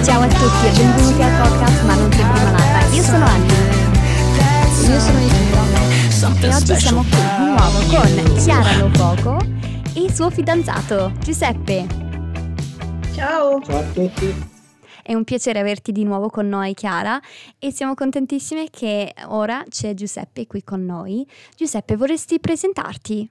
Ciao a tutti e benvenuti al podcast Ma non sempre malata. Io sono Anna. Io sono Nicola. E oggi siamo qui di nuovo con Chiara Lofoco e il suo fidanzato Giuseppe. Ciao! Ciao a tutti. È un piacere averti di nuovo con noi, Chiara, e siamo contentissime che ora c'è Giuseppe qui con noi. Giuseppe, vorresti presentarti?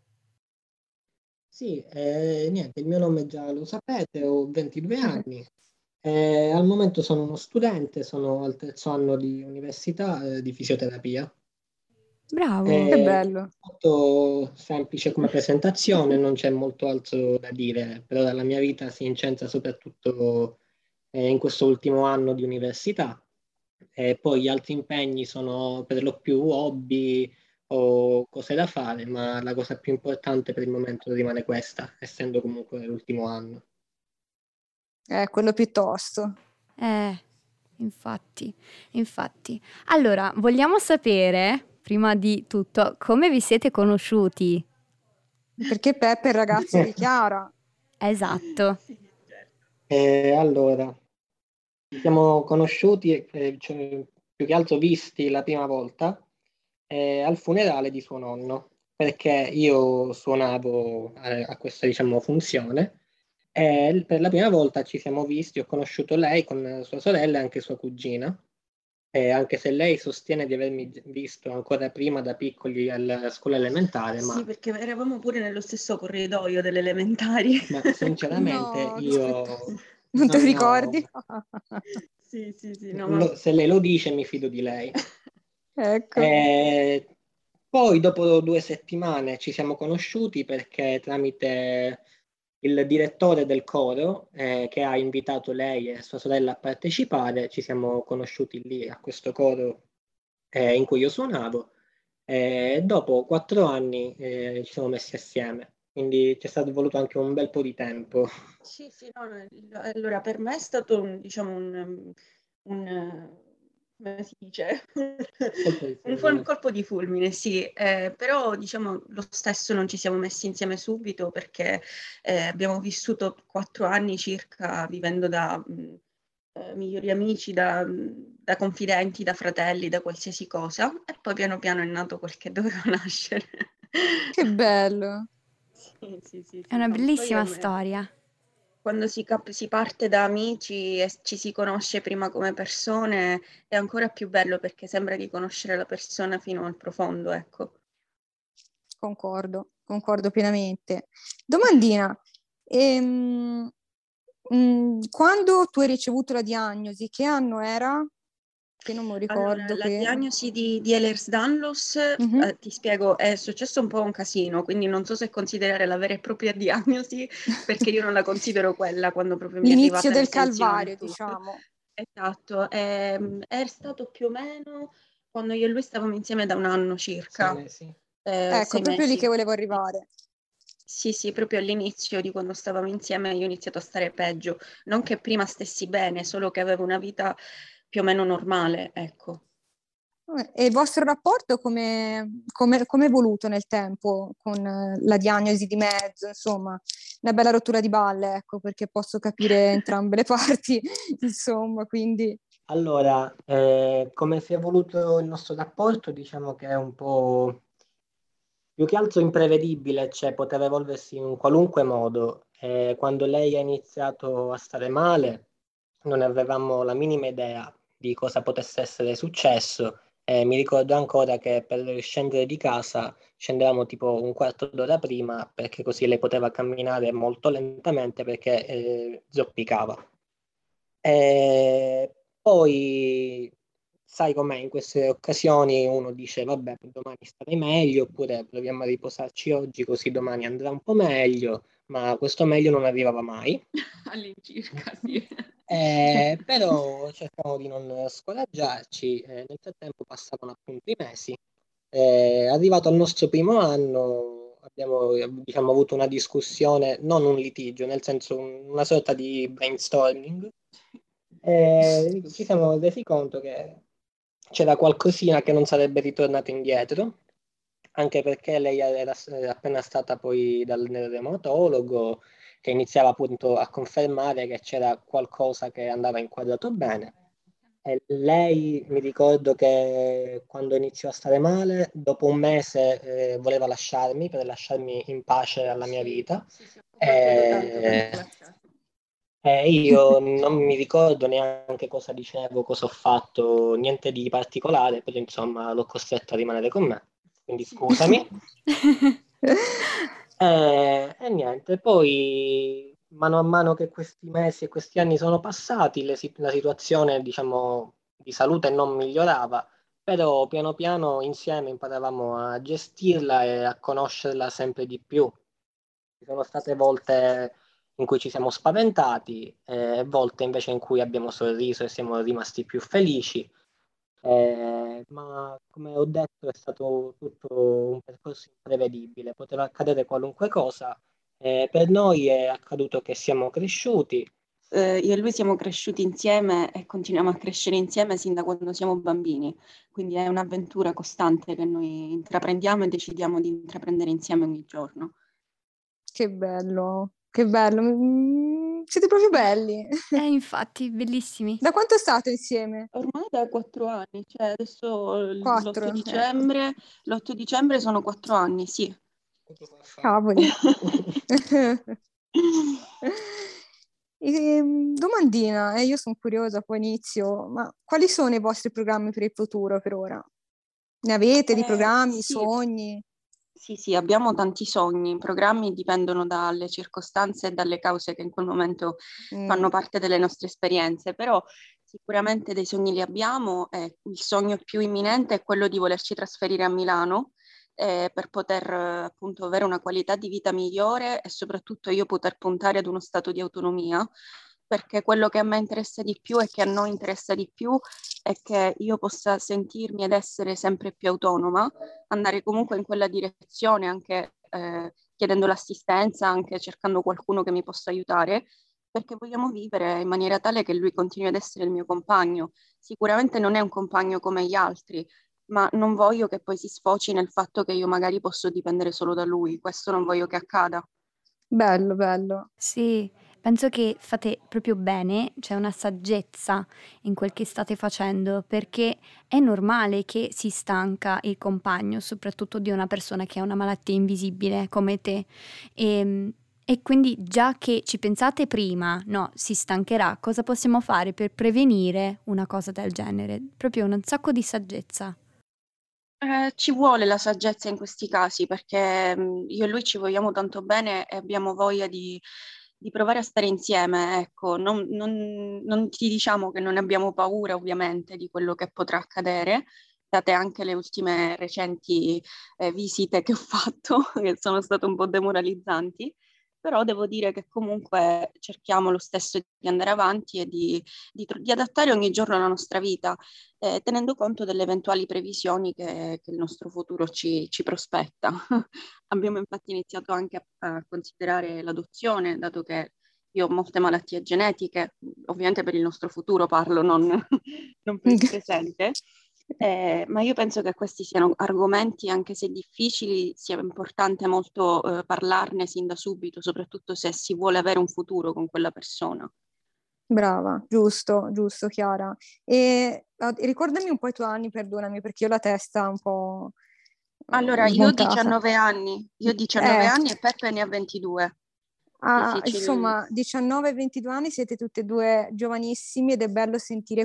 Sì, niente, il mio nome già lo sapete, ho 22 anni. Al momento sono uno studente, sono al terzo anno di università di fisioterapia. Bravo. Che bello. Molto semplice come presentazione, non c'è molto altro da dire, però la mia vita si incentra soprattutto in questo ultimo anno di università. Poi gli altri impegni sono per lo più hobby o cose da fare, ma la cosa più importante per il momento rimane questa, essendo comunque l'ultimo anno. Quello piuttosto. Infatti. Allora, vogliamo sapere, prima di tutto, come vi siete conosciuti? Perché Peppe è il ragazzo di Chiara. Esatto. Allora, ci siamo conosciuti, cioè, più che altro visti la prima volta al funerale di suo nonno, perché io suonavo a questa, diciamo, funzione e per la prima volta ci siamo visti, ho conosciuto lei con sua sorella e anche sua cugina, anche se lei sostiene di avermi visto ancora prima da piccoli alla scuola elementare, Sì, perché eravamo pure nello stesso corridoio delle elementari. ma sinceramente No, che io Non te lo no, ricordi? Sì, no, ma... se lei lo dice mi fido di lei. Ecco. Poi dopo 2 settimane ci siamo conosciuti perché tramite il direttore del coro che ha invitato lei e sua sorella a partecipare, ci siamo conosciuti lì a questo coro in cui io suonavo. Dopo 4 anni ci siamo messi assieme, quindi c'è stato voluto anche un bel po' di tempo. Sì, allora per me è stato come si dice? Colpo di Un fulmine. colpo di fulmine, sì, però diciamo lo stesso non ci siamo messi insieme subito perché abbiamo vissuto 4 anni circa vivendo da migliori amici, da confidenti, da fratelli, da qualsiasi cosa e poi piano piano è nato quel che doveva nascere. Che bello. Sì, È una no, poi bellissima storia. quando si parte da amici e ci si conosce prima come persone è ancora più bello perché sembra di conoscere la persona fino al profondo, ecco. Concordo pienamente. Domandina, quando tu hai ricevuto la diagnosi, che anno era? Che non mi Allora, ricordo la che... diagnosi di Ehlers-Danlos, Mhm. ti spiego, è successo un po' un casino, quindi non so se considerare la vera e propria diagnosi, perché io non la considero quella quando proprio mi è L'inizio arrivata del l'estensione calvario, e tutto. diciamo. Esatto, è stato più o meno quando io e lui stavamo insieme da un anno 6 circa, mesi. Ecco, è 6 proprio lì che mesi. volevo arrivare. Sì, proprio all'inizio di quando stavamo insieme io ho iniziato a stare peggio. Non che prima stessi bene, solo che avevo una vita più o meno normale, ecco. E il vostro rapporto come è evoluto nel tempo con la diagnosi di mezzo, insomma, una bella rottura di balle, ecco, perché posso capire entrambe le parti, insomma, quindi Allora, come si è evoluto il nostro rapporto, diciamo che è un po' più che altro imprevedibile, cioè poteva evolversi in un qualunque modo. Quando lei ha iniziato a stare male, non avevamo la minima idea di cosa potesse essere successo. Mi ricordo ancora che per scendere di casa scendevamo tipo un quarto d'ora prima, perché così lei poteva camminare molto lentamente perché zoppicava. Poi, sai com'è, in queste occasioni uno dice, vabbè, domani starei meglio, oppure proviamo a riposarci oggi, così domani andrà un po' meglio, ma questo meglio non arrivava mai. All'incirca, sì. Però cercavamo di non scoraggiarci, nel frattempo passavano appunto i mesi. Arrivato al nostro primo anno abbiamo, diciamo, avuto una discussione, non un litigio, nel senso una sorta di brainstorming. Ci siamo resi conto che c'era qualcosina che non sarebbe ritornato indietro, anche perché lei era appena stata poi dal reumatologo che iniziava appunto a confermare che c'era qualcosa che andava inquadrato bene. E lei, mi ricordo che quando iniziò a stare male, dopo un mese voleva lasciarmi per lasciarmi in pace alla mia vita. E io non mi ricordo neanche cosa dicevo, cosa ho fatto, niente di particolare, però insomma l'ho costretto a rimanere con me, quindi scusami. E niente, poi mano a mano che questi mesi e questi anni sono passati, la situazione, diciamo, di salute non migliorava, però piano piano insieme imparavamo a gestirla e a conoscerla sempre di più. Ci sono state volte in cui ci siamo spaventati, volte invece in cui abbiamo sorriso e siamo rimasti più felici. Ma come ho detto è stato tutto un percorso imprevedibile, poteva accadere qualunque cosa. Per noi è accaduto che siamo cresciuti. Io e lui siamo cresciuti insieme e continuiamo a crescere insieme sin da quando siamo bambini, quindi è un'avventura costante che noi intraprendiamo e decidiamo di intraprendere insieme ogni giorno. Che bello, che bello. Siete proprio belli. Infatti, bellissimi. Da quanto state insieme? Ormai da 4 anni, cioè adesso Quattro, l'8 dicembre sono 4 anni, sì. Cavoli. Domandina, io sono curiosa, poi inizio, ma quali sono i vostri programmi per il futuro per ora? Ne avete di programmi, Sì. sogni? Sì, abbiamo tanti sogni, i programmi dipendono dalle circostanze e dalle cause che in quel momento fanno parte delle nostre esperienze, però sicuramente dei sogni li abbiamo e il sogno più imminente è quello di volerci trasferire a Milano per poter appunto avere una qualità di vita migliore e soprattutto io poter puntare ad uno stato di autonomia, perché quello che a me interessa di più e che a noi interessa di più è che io possa sentirmi ed essere sempre più autonoma, andare comunque in quella direzione, anche chiedendo l'assistenza, anche cercando qualcuno che mi possa aiutare, perché vogliamo vivere in maniera tale che lui continui ad essere il mio compagno. Sicuramente non è un compagno come gli altri, ma non voglio che poi si sfoci nel fatto che io magari posso dipendere solo da lui. Questo non voglio che accada. Bello, bello. Sì, penso che fate proprio bene, c'è una saggezza in quel che state facendo, perché è normale che si stanca il compagno, soprattutto di una persona che ha una malattia invisibile come te. E quindi già che ci pensate prima, no, si stancherà, cosa possiamo fare per prevenire una cosa del genere? Proprio un sacco di saggezza. Ci vuole la saggezza in questi casi perché io e lui ci vogliamo tanto bene e abbiamo voglia di provare a stare insieme, ecco, non ti diciamo che non abbiamo paura ovviamente di quello che potrà accadere, date anche le ultime recenti visite che ho fatto, che sono state un po' demoralizzanti, però devo dire che comunque cerchiamo lo stesso di andare avanti e di adattare ogni giorno la nostra vita tenendo conto delle eventuali previsioni che il nostro futuro ci prospetta. Abbiamo infatti iniziato anche a considerare l'adozione, dato che io ho molte malattie genetiche, ovviamente per il nostro futuro parlo, non per il presente. Ma io penso che questi siano argomenti, anche se difficili, sia importante molto parlarne sin da subito, soprattutto se si vuole avere un futuro con quella persona. Brava, giusto, giusto, Chiara. E ricordami un po' i tuoi anni, perdonami, perché io ho la testa un po' Allora, io ho smontata. 19 anni, e Peppe ne ha 22. Sì, insomma, 19-22 anni siete tutte e due giovanissimi ed è bello sentire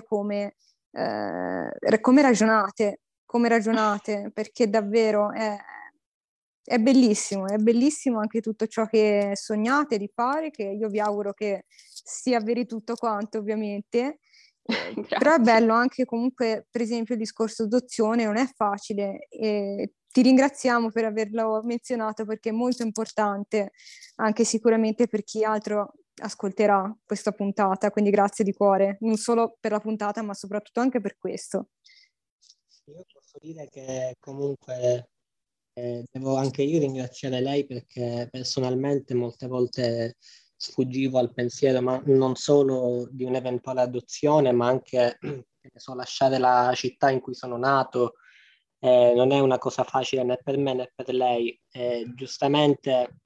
come ragionate, perché davvero è bellissimo anche tutto ciò che sognate di fare, che io vi auguro che si avveri tutto quanto, ovviamente. Però è bello anche comunque, per esempio, il discorso adozione non è facile e ti ringraziamo per averlo menzionato perché è molto importante anche sicuramente per chi altro ascolterà questa puntata, quindi grazie di cuore, non solo per la puntata ma soprattutto anche per questo. Io posso dire che comunque devo anche io ringraziare lei perché personalmente molte volte sfuggivo al pensiero, ma non solo di un'eventuale adozione, ma anche che ne so, lasciare la città in cui sono nato. Non è una cosa facile né per me né per lei. Giustamente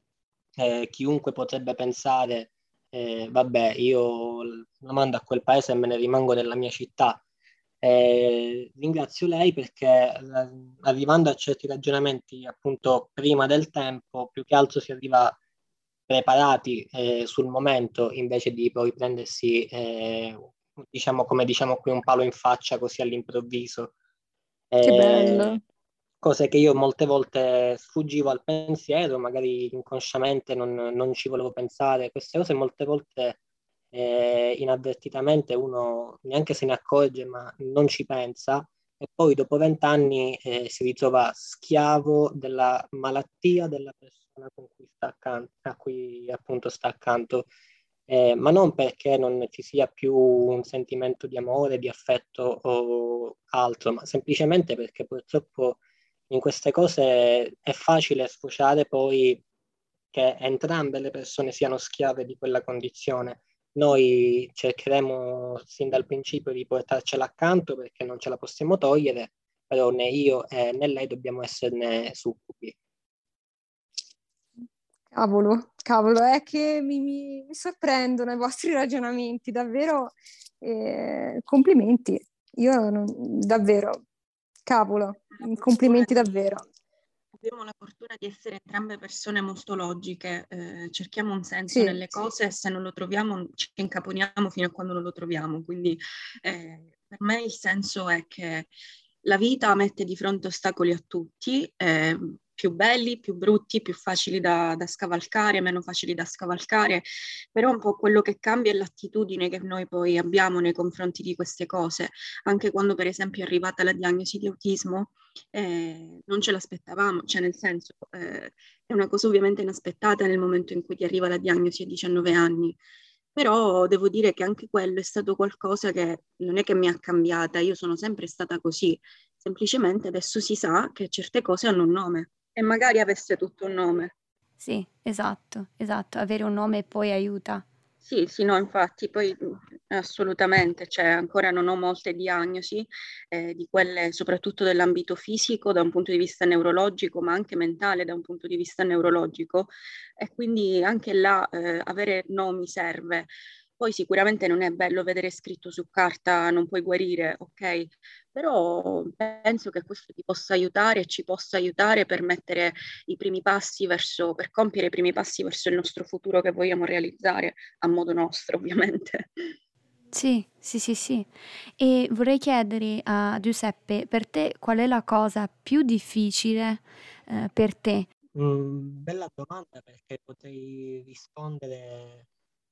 chiunque potrebbe pensare vabbè, io la mando a quel paese e me ne rimango nella mia città. Ringrazio lei perché arrivando a certi ragionamenti appunto prima del tempo, più che altro si arriva preparati sul momento invece di poi prendersi, diciamo come diciamo qui, un palo in faccia così all'improvviso. Che bello. Cose che io molte volte sfuggivo al pensiero, magari inconsciamente non ci volevo pensare. Queste cose molte volte inavvertitamente uno neanche se ne accorge, ma non ci pensa, e poi dopo 20 anni si ritrova schiavo della malattia della persona con cui sta accanto, a cui appunto sta accanto. Ma non perché non ci sia più un sentimento di amore, di affetto o altro, ma semplicemente perché purtroppo in queste cose è facile sfociare poi che entrambe le persone siano schiave di quella condizione. Noi cercheremo sin dal principio di portarcela accanto perché non ce la possiamo togliere, però né io né lei dobbiamo esserne succubi. Cavolo, è che mi sorprendono i vostri ragionamenti, davvero, complimenti. Davvero, cavolo, complimenti davvero. Abbiamo la fortuna di essere entrambe persone molto logiche, cerchiamo un senso Sì, nelle cose e se non lo troviamo ci incaponiamo fino a quando non lo troviamo. Quindi per me il senso è che la vita mette di fronte ostacoli a tutti, più belli, più brutti, più facili da scavalcare, meno facili da scavalcare, però un po' quello che cambia è l'attitudine che noi poi abbiamo nei confronti di queste cose. Anche quando per esempio è arrivata la diagnosi di autismo, non ce l'aspettavamo, cioè nel senso è una cosa ovviamente inaspettata nel momento in cui ti arriva la diagnosi a 19 anni, però devo dire che anche quello è stato qualcosa che non è che mi ha cambiata, io sono sempre stata così, semplicemente adesso si sa che certe cose hanno un nome e magari avesse tutto un nome. Sì, esatto, avere un nome poi aiuta. Sì, sì, no, infatti, poi assolutamente, cioè ancora non ho molte diagnosi, di quelle soprattutto dell'ambito fisico da un punto di vista neurologico, ma anche mentale da un punto di vista neurologico, e quindi anche là avere nomi serve. Poi sicuramente non è bello vedere scritto su carta non puoi guarire, ok? Però penso che questo ti possa aiutare e ci possa aiutare per mettere i primi passi verso, per compiere i primi passi verso il nostro futuro che vogliamo realizzare a modo nostro, ovviamente. Sì. E vorrei chiedere a Giuseppe, per te qual è la cosa più difficile per te? Bella domanda perché potrei rispondere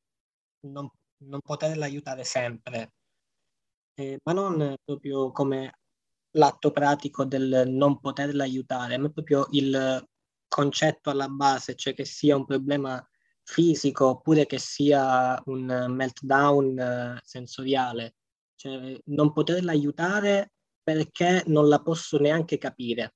non poterla aiutare sempre, ma non proprio come l'atto pratico del non poterla aiutare, ma proprio il concetto alla base, cioè che sia un problema fisico oppure che sia un meltdown sensoriale, cioè non poterla aiutare perché non la posso neanche capire,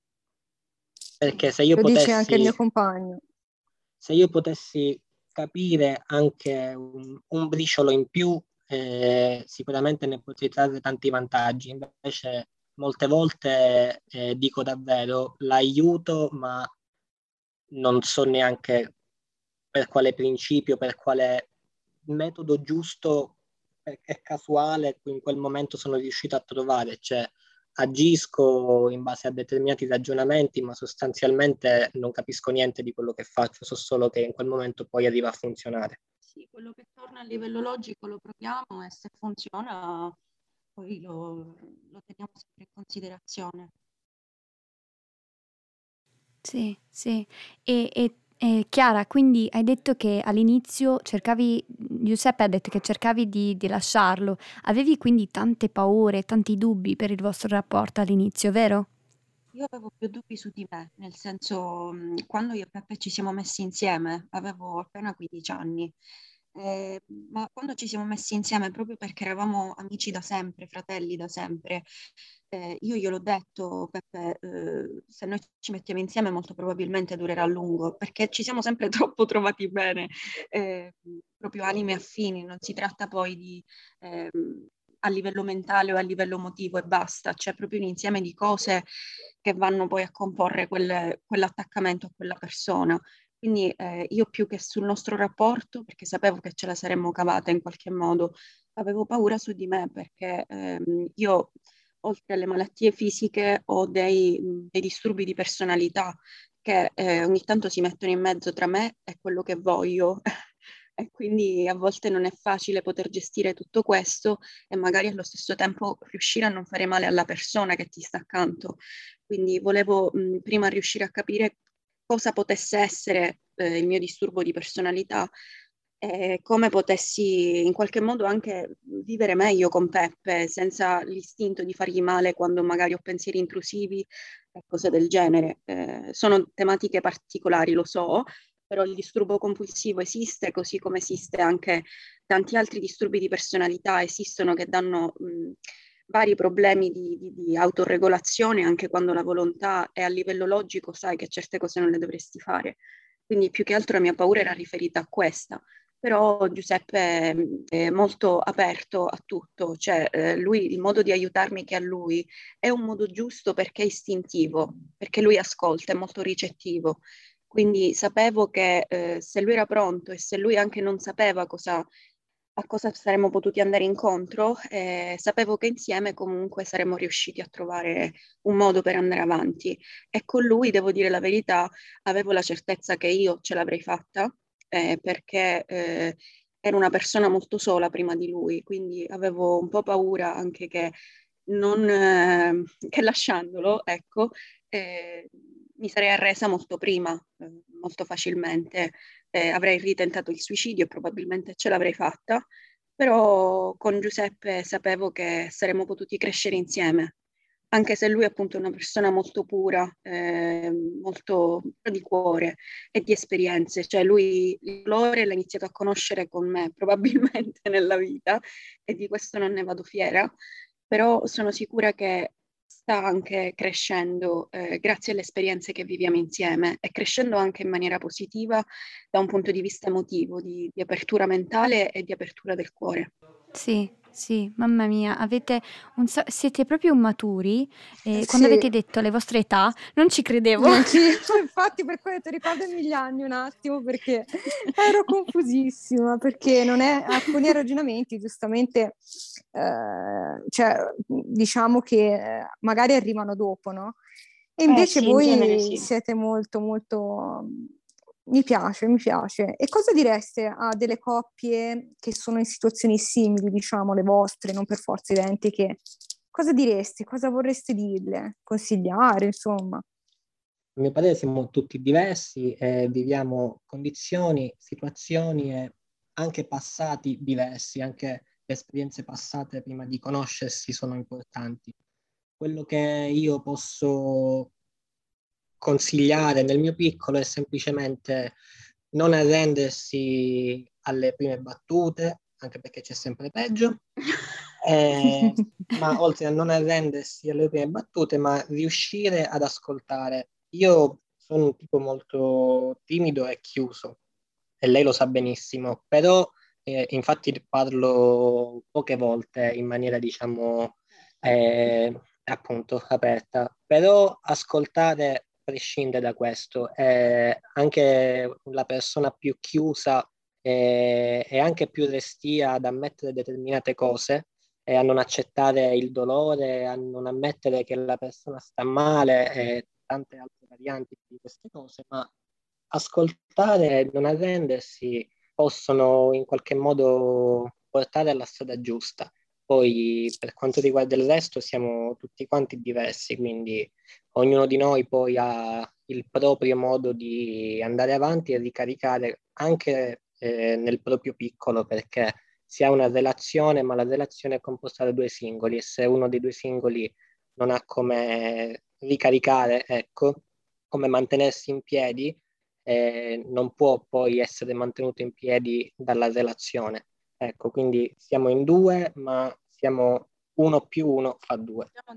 perché lo dice anche il mio compagno. se io potessi capire anche un briciolo in più, sicuramente ne potrei trarre tanti vantaggi. Invece, molte volte dico davvero l'aiuto, ma non so neanche per quale principio, per quale metodo giusto e casuale in quel momento sono riuscito a trovare. Cioè, agisco in base a determinati ragionamenti, ma sostanzialmente non capisco niente di quello che faccio, so solo che in quel momento poi arriva a funzionare. Sì, quello che torna a livello logico lo proviamo e se funziona poi lo teniamo sempre in considerazione. Sì. E Chiara, quindi hai detto che all'inizio Giuseppe ha detto che cercavi di lasciarlo. Avevi quindi tante paure, tanti dubbi per il vostro rapporto all'inizio, vero? Io avevo più dubbi su di me, nel senso, quando io e Peppe ci siamo messi insieme, avevo appena 15 anni, ma quando ci siamo messi insieme, proprio perché eravamo amici da sempre, fratelli da sempre, io gliel'ho detto, Peppe, se noi ci mettiamo insieme molto probabilmente durerà a lungo, perché ci siamo sempre troppo trovati bene, proprio anime affini, non si tratta poi di a livello mentale o a livello emotivo e basta, c'è proprio un insieme di cose che vanno poi a comporre quell'attaccamento a quella persona. Quindi io più che sul nostro rapporto, perché sapevo che ce la saremmo cavata in qualche modo, avevo paura su di me perché io, oltre alle malattie fisiche, ho dei disturbi di personalità che ogni tanto si mettono in mezzo tra me e quello che voglio. E quindi a volte non è facile poter gestire tutto questo e magari allo stesso tempo riuscire a non fare male alla persona che ti sta accanto. Quindi volevo prima riuscire a capire cosa potesse essere il mio disturbo di personalità e come potessi in qualche modo anche vivere meglio con Peppe senza l'istinto di fargli male quando magari ho pensieri intrusivi e cose del genere. Sono tematiche particolari, lo so, però il disturbo compulsivo esiste, così come esiste anche tanti altri disturbi di personalità, esistono che danno vari problemi di autoregolazione anche quando la volontà è a livello logico, sai che certe cose non le dovresti fare. Quindi più che altro la mia paura era riferita a questa. Però Giuseppe è molto aperto a tutto, cioè lui, il modo di aiutarmi che ha lui è un modo giusto perché è istintivo, perché lui ascolta, è molto ricettivo. Quindi sapevo che se lui era pronto e se lui anche non sapeva a cosa saremmo potuti andare incontro, sapevo che insieme comunque saremmo riusciti a trovare un modo per andare avanti. E con lui, devo dire la verità, avevo la certezza che io ce l'avrei fatta, perché ero una persona molto sola prima di lui, quindi avevo un po' paura anche che, non, che lasciandolo, ecco, eh, mi sarei arresa molto prima, molto facilmente. Avrei ritentato il suicidio e probabilmente ce l'avrei fatta, però con Giuseppe sapevo che saremmo potuti crescere insieme, anche se lui è appunto una persona molto pura, molto di cuore e di esperienze, cioè lui il dolore l'ha iniziato a conoscere con me probabilmente nella vita e di questo non ne vado fiera, però sono sicura che sta anche crescendo grazie alle esperienze che viviamo insieme e crescendo anche in maniera positiva da un punto di vista emotivo, di apertura mentale e di apertura del cuore. Sì, sì, mamma mia, siete proprio maturi. Quando Sì, avete detto le vostre età, non ci credevo. infatti per quello ti ricordami gli anni un attimo perché ero confusissima, perché non è, alcuni ragionamenti giustamente, cioè, diciamo che magari arrivano dopo, no? E invece Sì, in genere voi sì. siete molto, molto... Mi piace, mi piace. E cosa direste a delle coppie che sono in situazioni simili, diciamo, le vostre, non per forza identiche? Cosa diresti? Cosa vorreste dirle? Consigliare, insomma? A mio parere siamo tutti diversi e viviamo condizioni, situazioni e anche passati diversi, anche le esperienze passate prima di conoscersi sono importanti. Quello che io posso consigliare nel mio piccolo è semplicemente non arrendersi alle prime battute, anche perché c'è sempre peggio, ma oltre a non arrendersi alle prime battute, ma riuscire ad ascoltare. Io sono un tipo molto timido e chiuso, e lei lo sa benissimo, però infatti parlo poche volte in maniera, diciamo, appunto aperta, però ascoltare prescinde da questo. Anche la persona più chiusa è anche più restia ad ammettere determinate cose e a non accettare il dolore, a non ammettere che la persona sta male e tante altre varianti di queste cose, ma ascoltare e non arrendersi possono in qualche modo portare alla strada giusta. Poi per quanto riguarda il resto siamo tutti quanti diversi, quindi ognuno di noi poi ha il proprio modo di andare avanti e ricaricare anche nel proprio piccolo, perché si ha una relazione, ma la relazione è composta da due singoli e se uno dei due singoli non ha come ricaricare, ecco, come mantenersi in piedi, non può poi essere mantenuto in piedi dalla relazione. Ecco, quindi siamo in due, ma siamo uno più uno fa due. Cerchiamo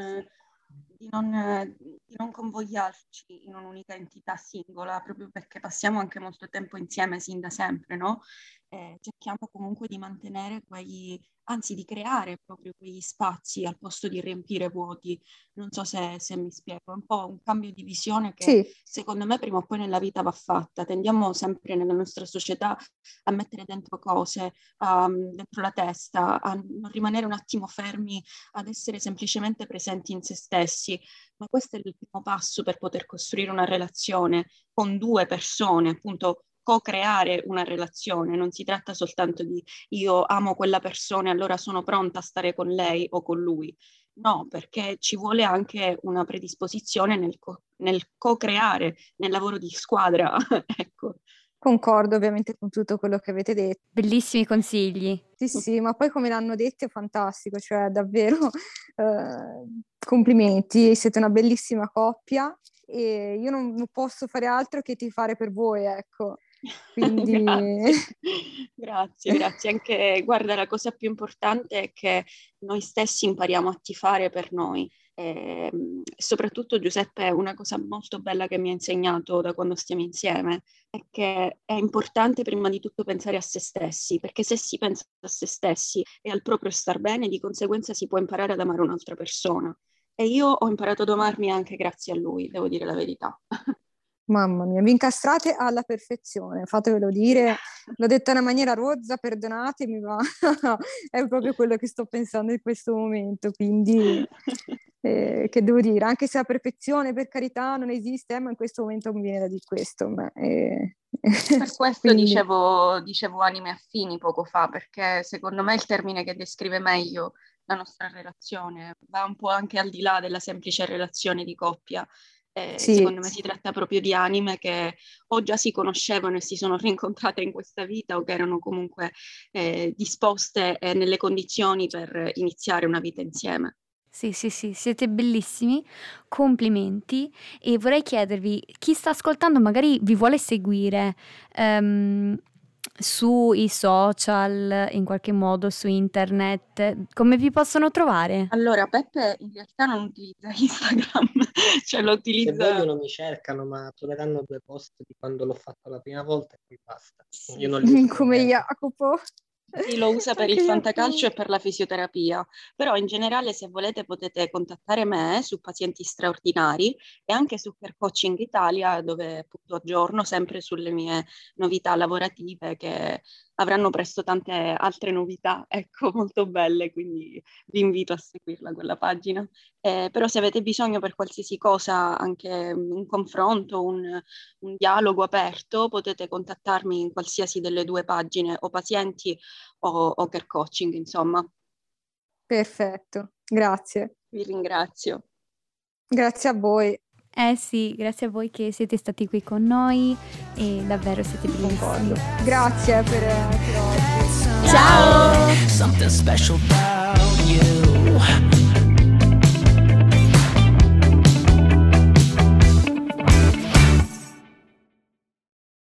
di non convogliarci in un'unica entità singola, proprio perché passiamo anche molto tempo insieme sin da sempre, no? cerchiamo comunque di mantenere anzi di creare proprio quegli spazi al posto di riempire vuoti. Non so se mi spiego, è un po' un cambio di visione che Sì, secondo me prima o poi nella vita va fatta. Tendiamo sempre nella nostra società a mettere dentro cose, dentro la testa, a non rimanere un attimo fermi, ad essere semplicemente presenti in se stessi. Ma questo è il primo passo per poter costruire una relazione con due persone, appunto co-creare una relazione. Non si tratta soltanto di io amo quella persona e allora sono pronta a stare con lei o con lui. No, perché ci vuole anche una predisposizione nel co-creare, nel lavoro di squadra. Ecco. concordo ovviamente con tutto quello che avete detto. Bellissimi consigli. Sì, ma poi come l'hanno detto è fantastico, cioè davvero complimenti, siete una bellissima coppia e io non posso fare altro che tifare per voi, ecco. Quindi Grazie. Anche, guarda, la cosa più importante è che noi stessi impariamo a tifare per noi. E soprattutto Giuseppe, una cosa molto bella che mi ha insegnato da quando stiamo insieme è che è importante prima di tutto pensare a se stessi, perché se si pensa a se stessi e al proprio star bene, di conseguenza si può imparare ad amare un'altra persona. E io ho imparato ad amarmi anche grazie a lui, devo dire la verità. mamma mia, vi incastrate alla perfezione, fatevelo dire, l'ho detta in una maniera rozza, perdonatemi, ma è proprio quello che sto pensando in questo momento, quindi che devo dire, anche se la perfezione per carità non esiste, ma in questo momento mi viene da dire questo. Per questo quindi, dicevo anime affini poco fa, perché secondo me è il termine che descrive meglio la nostra relazione, va un po' anche al di là della semplice relazione di coppia. sì. Secondo me si tratta proprio di anime che o già si conoscevano e si sono rincontrate in questa vita o che erano comunque disposte nelle condizioni per iniziare una vita insieme. Sì, siete bellissimi, complimenti e vorrei chiedervi, chi sta ascoltando magari vi vuole seguire sui social, in qualche modo su internet, come vi possono trovare? Allora, Peppe in realtà non utilizza Instagram, cioè lo Se utilizza... vogliono mi cercano, ma troveranno 2 post di quando l'ho fatto la prima volta e poi basta. Io non li uso per Come niente. Jacopo. Sì, lo usa per il Anche fantacalcio e Jacopo. per la fisioterapia, però in generale se volete potete contattare me su Pazienti Straordinari e anche su Care Coaching Italia, dove appunto aggiorno sempre sulle mie novità lavorative che avranno presto tante altre novità, ecco, molto belle, quindi vi invito a seguirla quella pagina. Però se avete bisogno per qualsiasi cosa, anche un confronto, un dialogo aperto, potete contattarmi in qualsiasi delle due pagine, o Pazienti o Care Coaching, insomma. Perfetto, grazie. Vi ringrazio. Grazie a voi. Eh sì, grazie a voi che siete stati qui con noi e davvero siete bellissimi. Grazie per oggi. Ciao! Something special about you.